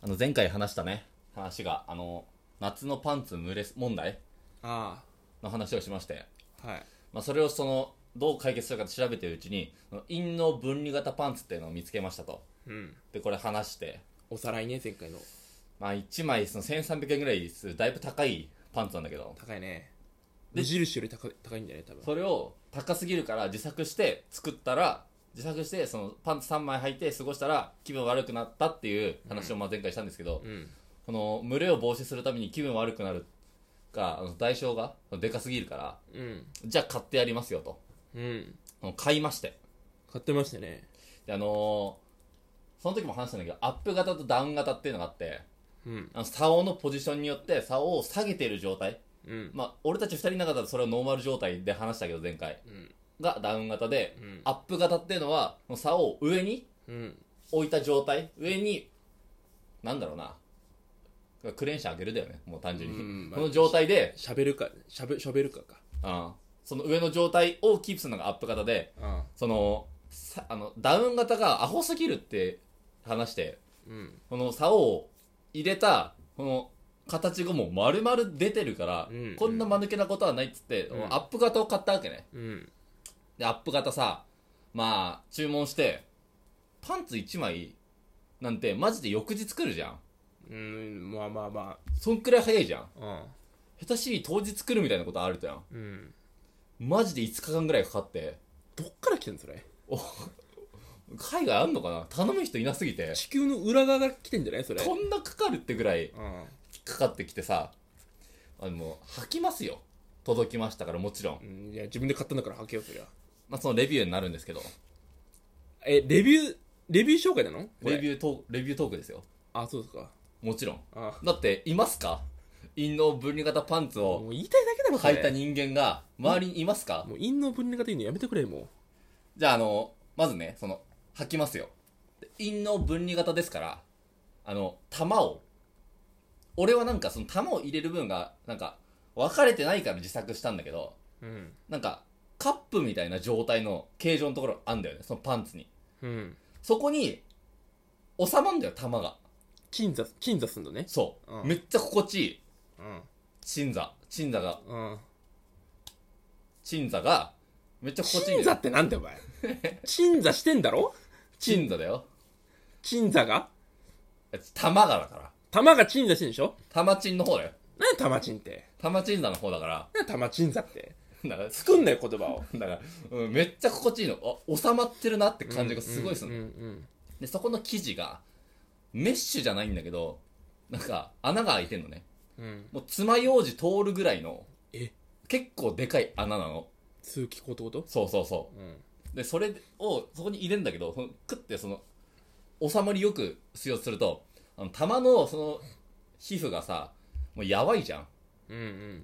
前回話したね話が夏のパンツ蒸れ問題あの話をしまして、 あ、はい。 それをどう解決するか調べてるうちに陰の分離型パンツっていうのを見つけましたと。 うん。 でこれ話して、 おさらいね、前回の。 1枚1300円ぐらいするだいぶ高いパンツなんだけど、 高いね。 で無印より高いんじゃない多分。 それを高すぎるから自作してそのパンツ3枚履いて過ごしたら気分悪くなったっていう話を前回したんですけど、 うん。 この群れを防止するために気分悪くなるが代償がでかすぎるから、 うん。 じゃあ買ってやりますよと。 うん。 買いまして、 買ってましたね。 でその時も話したんだけど、アップ型とダウン型っていうのがあって、 うん。 竿のポジションによって竿を下げている状態、 うん。 俺たち2人の中だとそれはノーマル状態で話したけど前回うん。 がダウン型で、 うん。 アップ型っていうのは竿を上にうん。 置いた状態、上になんだろうな、クレーン車上げるだよね、もう単純に、 うんこの状態でしゃべるかその上の状態をキープするのがアップ型で、 あダウン型がアホすぎるって話して、 うん。 この竿を入れたこの形がもう丸々出てるから、 うん、 こんな間抜けなことはないっつって、 うん、 アップ型を買ったわけね。 うん。 でアップ型さ、注文してパンツ1枚なんてマジで翌日来るじゃん。 うん、まあ。 そんくらい早いじゃん。 うん。 下手しい当日来るみたいなことあるじゃん。 うん。 マジで5日間ぐらいかかって、 どっから来てんのそれ。 海外あんのかな、頼む人いなすぎて地球の裏側が来てんじゃないそれ。 こんなかかるってぐらいうん。 かかってきてさ、もう履きますよ、届きましたからもちろん。 うん、いや、自分で買ったんだから履けよ、そりゃ。 そのレビューになるんですけど、 レビュー紹介なのレビュートークですよ。 あ、そうですか。 もちろん。 あだっていますか、陰の分離型パンツをもう言いたいだけだろ、それ。 履いた人間が周りにいますか。 もう陰の分離型言うのやめてくれ、もじゃあまずね、履きますよ。陰の分離型ですから、玉を、俺はなんかその玉を入れる分がなんか分かれてないから自作したんだけど、 う。うん。 なんかカップみたいな状態の形状のところあんだよね、そのパンツに。 うん。 そこに収まんだよ、玉が。 鎮座すんのね。 そう、 うんめっちゃ心地いい。 うん。 鎮座がうん。 めっちゃ心地いいんだよ。 鎮座ってなんだよ、お前。鎮座してんだろ。 鎮座だよ。 鎮座が玉がだから。 玉が鎮座してんでしょ。 玉鎮の方だよ。 何玉鎮って。 玉鎮座の方だから。 何玉鎮座って。 だから作んなよ、言葉を。 だから、めっちゃ心地いいの。収まってるなって感じがすごいするの。 うんで、そこの生地がメッシュじゃないんだけど、なんか穴が開いてんのね。 うん。 もう爪楊枝通るぐらいのえ、 結構でかい穴なの。 通気口ってこと。 そうそうそうん。 う。でそれをそこに入れるんだけど、クッて収まりよくしようとすると、玉の皮膚がさ、もうやばいじゃん。 うんうん。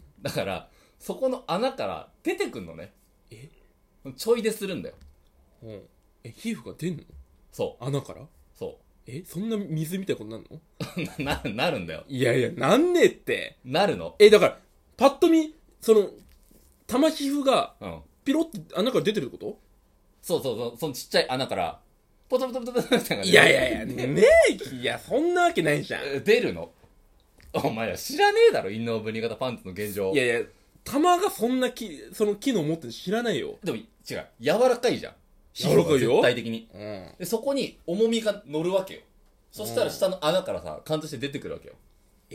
だからそこの穴から出てくんのね。 え、 ちょいでするんだよ。 うん。皮膚が出んの。 そう穴から。 そそんな水みたいなことなんの。 なるんだよ。 いやいや、なんねえって。 なるの。 だから、パッと見、玉皮膚が、 うん。 ピロって穴から出てるってこと。 そのちっちゃい穴からポトポトポトポトっていや、ねえ、いや、そんなわけないじゃん。 出るの。お前ら知らねえだろ、陰の分離型パンツの現状。 いや、玉がそんなその機能持ってる知らないよ。 でも違う、柔らかいじゃん。 柔らかいよ絶対的に。 うん。 でそこに重みが乗るわけよ。そしたら下の穴からさ、貫通して出てくるわけよ。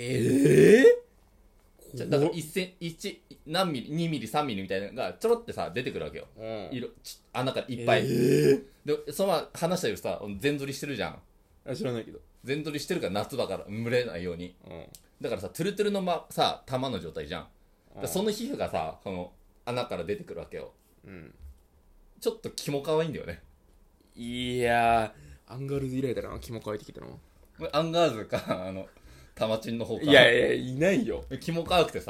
だから何ミリ2ミリ3ミリみたいなのがちょろってさ出てくるわけよ。 うん。 穴からいっぱい。で話したよりさ、全取りしてるじゃん。 知らないけど。 全取りしてるから夏場から蒸れないように。 うん。 だからさ、トゥルトゥルのさ玉の状態じゃん。その皮膚がさ、その穴から出てくるわけよ。 うん。 ちょっとキモ可愛いんだよね。 いやー、アンガールズ以来だな、キモ乾いてきたの。 これアンガールズか玉チンの方か。 いやいや、いないよ。 キモ可愛くてさ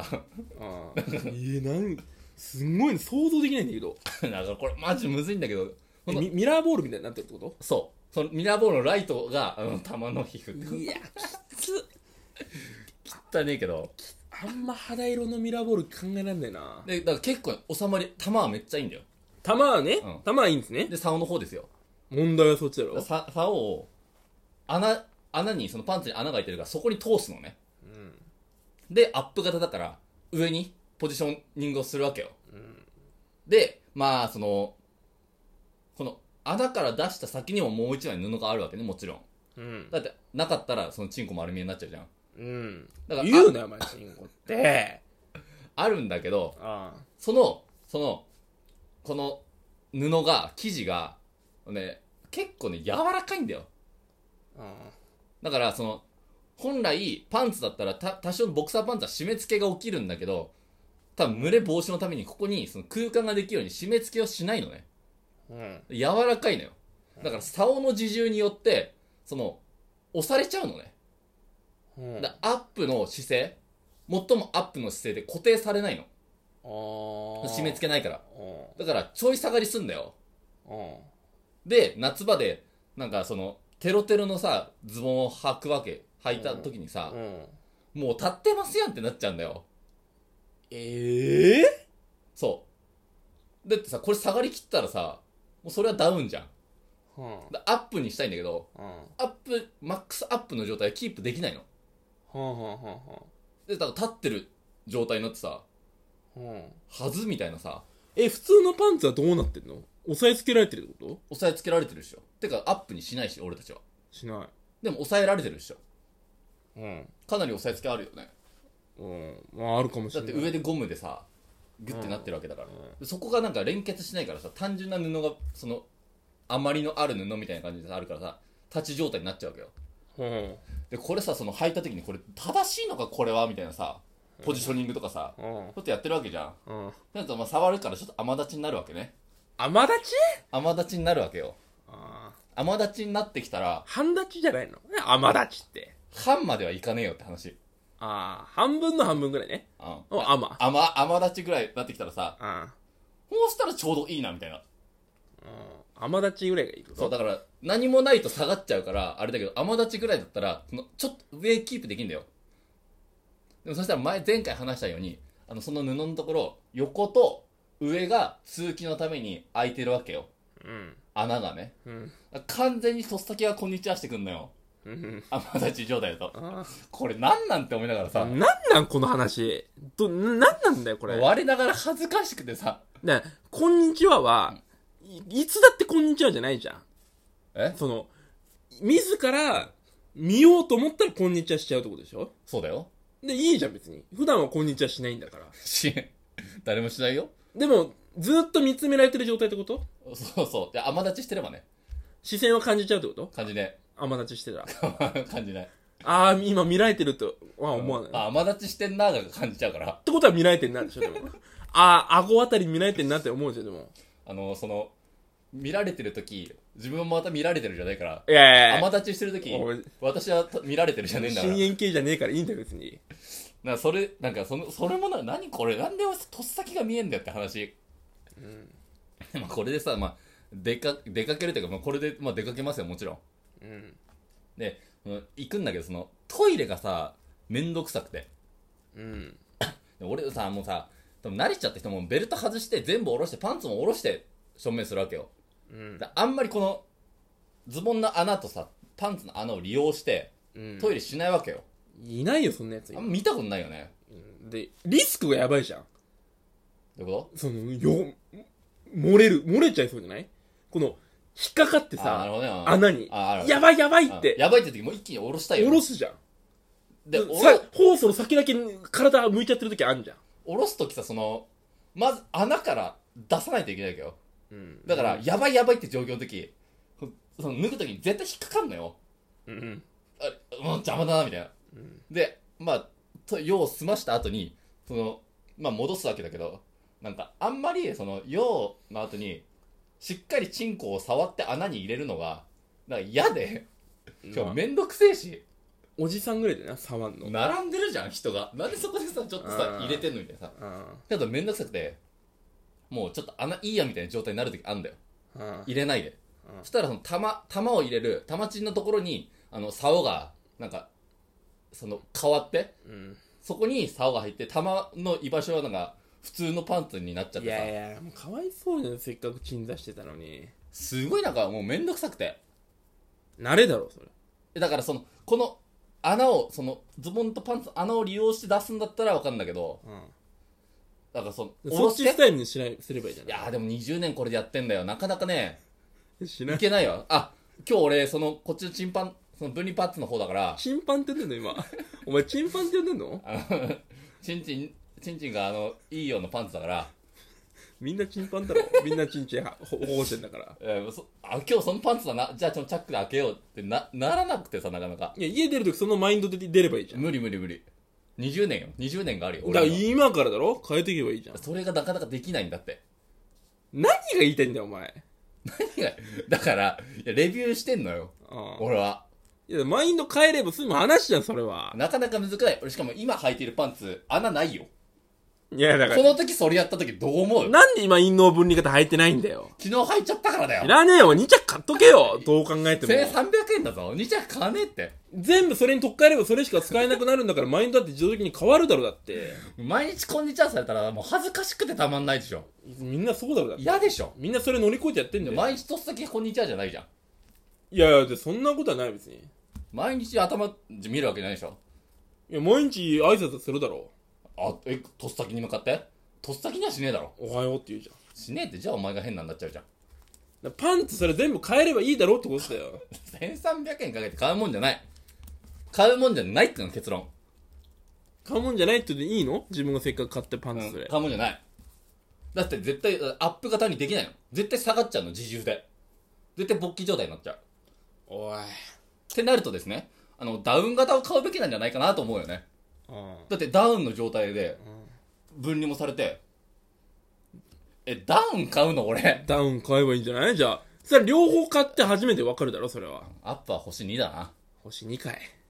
すんごいの想像できないんだけど。 だからこれマジむずいんだけど、 ミラーボールみたいになってるってこそのミラーボールのライトが玉の皮膚ってと。いや、きつ。 汚ねえけど、 あんま肌色のミラーボール考えらんないな。 でだから結構収まり、玉はめっちゃいいんだよ。 玉はね、 うん玉はいいんですね。 で竿の方ですよ。 問題はそっちだろ。 竿を穴穴に、そのパンツに穴が開いてるからそこに通すのね。 うんで、アップ型だから上にポジショニングをするわけよ。 うんで、まあ、この穴から出した先にももう一枚布があるわけね、もちろん。 うんだって、なかったらそのチンコ丸見えになっちゃうじゃん。 うんだから、 言うなよお前チンコってあるんだけど、 あこの布が、生地が、ね、結構ね、柔らかいんだよ。 あだから、本来、パンツだったら、多少ボクサーパンツは締め付けが起きるんだけど、多分、蒸れ防止のために、ここに、その空間ができるように締め付けをしないのね。 うん柔らかいのよ。だから、竿の自重によって、押されちゃうのね。 うんだアップの姿勢、最もアップの姿勢で固定されないの。締め付けないから。だから、ちょい下がりすんだよ。で、夏場で、なんかテロテロのさ、ズボンを履いた時にさ、もう立ってますやんってなっちゃうんだよ。そう。だってさ、これ下がりきったらさ、もうそれはダウンじゃん。アップにしたいんだけど、マックスアップの状態はキープできないの。で、だから立ってる状態になってさ、はずみたいなさ、 普通のパンツはどうなってんの？押さえつけられてるってこと？ 押さえつけられてるでしょ。てか、アップにしないし、俺たちは。 しない。 でも、押さえられてるでしょ。 うんかなり押さえつけあるよね。 まああるかもしだれない。 って上でゴムでさ、ギュッてなってるわけだから。でそこがなんか連結しないからさ、単純な布が、余りのある布みたいな感じであるからさ、立ち状態になっちゃうわけよ。で、これさ、履いた時にこれ正しいのかこれはみたいなさ、ポジショニングとかさ、ちょっとやってるわけじゃん。ちょっとまあ触るからちょっと甘立ちになるわけね。 甘立ち？ 甘立ちになるわけよ。甘立ちになってきたら、 半立ちじゃないの？甘立ちって。 半まではいかねえよって話。 半分の半分ぐらいね。 甘立ちぐらいになってきたらさ、こうしたらちょうどいいなみたいな。 甘立ちぐらいがいいこと？ そう、だから何もないと下がっちゃうから、あれだけど、甘立ちぐらいだったら、ちょっと上キープできんだよ。でもそしたら前回話したように、その布のところ、横と上が通気のために開いてるわけよ。穴がね。完全にとっさきがこんにちはしてくんのよ。甘立ち状態だと。これなんなんて思いながらさ。 なんこの話。なんなんだよこれ。 我ながら恥ずかしくてさ。 こんにちはは、いつだってこんにちはじゃないじゃん。自ら見ようと思ったらこんにちはしちゃうってことでしょ？ そうだよ。 で、いいじゃん別に。普段はこんにちはしないんだから。 誰もしないよ。 でも、ずっと見つめられてる状態ってこと？ そうそう。で、甘立ちしてればね。 視線は感じちゃうってこと？ 感じね。 甘立ちしてたら。感じない。 今見られてるとは思わない。 甘立ちしてんなーが感じちゃうから。 ってことは見られてんなでしょ、でも。顎あたり見られてんなって思うんですよ、でも。 見られてるとき、自分もまた見られてるじゃないから。 いや甘立ちしてるとき、私は見られてるじゃねえんだから。 深淵系じゃねえからいいんだよ、別に。 それも何これなんでとっさきが見えんだよって話。まあこれでさ、まあ、出かけるというか、まあ、これで、まあ、出かけますよ、もちろん。で、行くんだけど、トイレがさ、めんどくさくて。俺さ、もうさ、多分慣れちゃった人もベルト外して全部下ろして、パンツも下ろして正面するわけよ。あんまりこの、ズボンの穴とさ、パンツの穴を利用して、トイレしないわけよ。 いないよ、そんなやつ。 あんま見たことないよね。 で、リスクがやばいじゃん。 どういうこと？ 漏れちゃいそうじゃない？この、引っかかってさ、穴に。やばいやばいって。 やばいって時もう一気に下ろしたいよ、 下ろすじゃん。で、ホースの先だけ体向いちゃってる時あるじゃん。 下ろす時さ、まず穴から出さないといけないわけよ。だから、やばいやばいって状況の時、脱ぐ時に絶対引っかかんのよ。邪魔だな、みたいな。で、まあ、用を済ました後に、まあ、戻すわけだけど、なんか、あんまり、用の後に、しっかりチンコを触って穴に入れるのが、なんか嫌で、しかもめんどくせえし。 おじさんぐらいでな、触んの。 並んでるじゃん、人が。なんでそこでさ、ちょっとさ、入れてんのみたいなさ。けどめんどくさくて、もうちょっと穴いいやみたいな状態になる時あんだよ。入れないで。そしたら玉を入れる、玉チンのところに、竿が、なんか、変わって、そこに竿が入って、玉の居場所はなんか、普通のパンツになっちゃってさ。 いやもうかわいそうじゃん、せっかく鎮座してたのに。 すごいなんかもうめんどくさくて。 慣れだろ、それ。 だからこの穴を、ズボンとパンツの穴を利用して出すんだったらわかるんだけど、だからそっちスタイルにすればいいじゃん。 いやでも20年これでやってんだよ。なかなかね、 しない。 いけないわ。あ、今日俺、こっちのチンパン、分離パッツの方だから。 チンパンって呼んでんの今。お前チンパンって呼んでんの？ チンチンがいいようなパンツだから。 みんなチンパンだろ。みんなチンチン保護してんだから。 今日そのパンツだな。じゃあチャックで開けようってならなくてさ、なかなか。 いや、家出るときそのマインドで出ればいいじゃん。 無理。20年よ。20年があるよ。 だから今からだろ？変えていけばいいじゃん。 それがなかなかできないんだって。 何が言いたいんだよ、お前。 何がだから、レビューしてんのよ。俺は。 いや、マインド変えれば済む話じゃん、それは。 なかなか難しい。俺しかも今履いているパンツ、穴ないよ。 いや、だから。 この時それやった時どう思う？ なんで今陰嚢分離型履いてないんだよ。 昨日履いちゃったからだよ。 いらねえよ、2着買っとけよ。どう考えても。 1300円だぞ。2着買わねえって。 全部それに取っ換えればそれしか使えなくなるんだから、マインドだって自動的に変わるだろ、だって。 毎日こんにちはされたらもう恥ずかしくてたまんないでしょ。 みんなそうだろ、だって。 嫌でしょ。 みんなそれ乗り越えてやってんだよ。 毎日とっさきこんにちはじゃないじゃん。 いやいや、そんなことはない別に。 毎日頭見るわけないでしょ。 いや、毎日挨拶するだろ。 とっさきに向かってとっさきにはしねえだろ。 おはようって言うじゃん。 しねえって、じゃあお前が変なんなっちゃうじゃん。 パンツそれ全部変えればいいだろってことだよ。 1300円かけて買うもんじゃない。買うもんじゃないってのが結論。 買うもんじゃないって言っていいの？自分がせっかく買ってパンツそれ。 買うもんじゃない。だって絶対アップ型にできないの。絶対下がっちゃうの、自重で。絶対勃起状態になっちゃう。 おい。 ってなるとですね、ダウン型を買うべきなんじゃないかなと思うよね。だってダウンの状態で分離もされて、ダウン買うの俺。 ダウン買えばいいんじゃない？じゃあそれ両方買って初めて分かるだろ、それは。 アップは星2だな。 星2かい。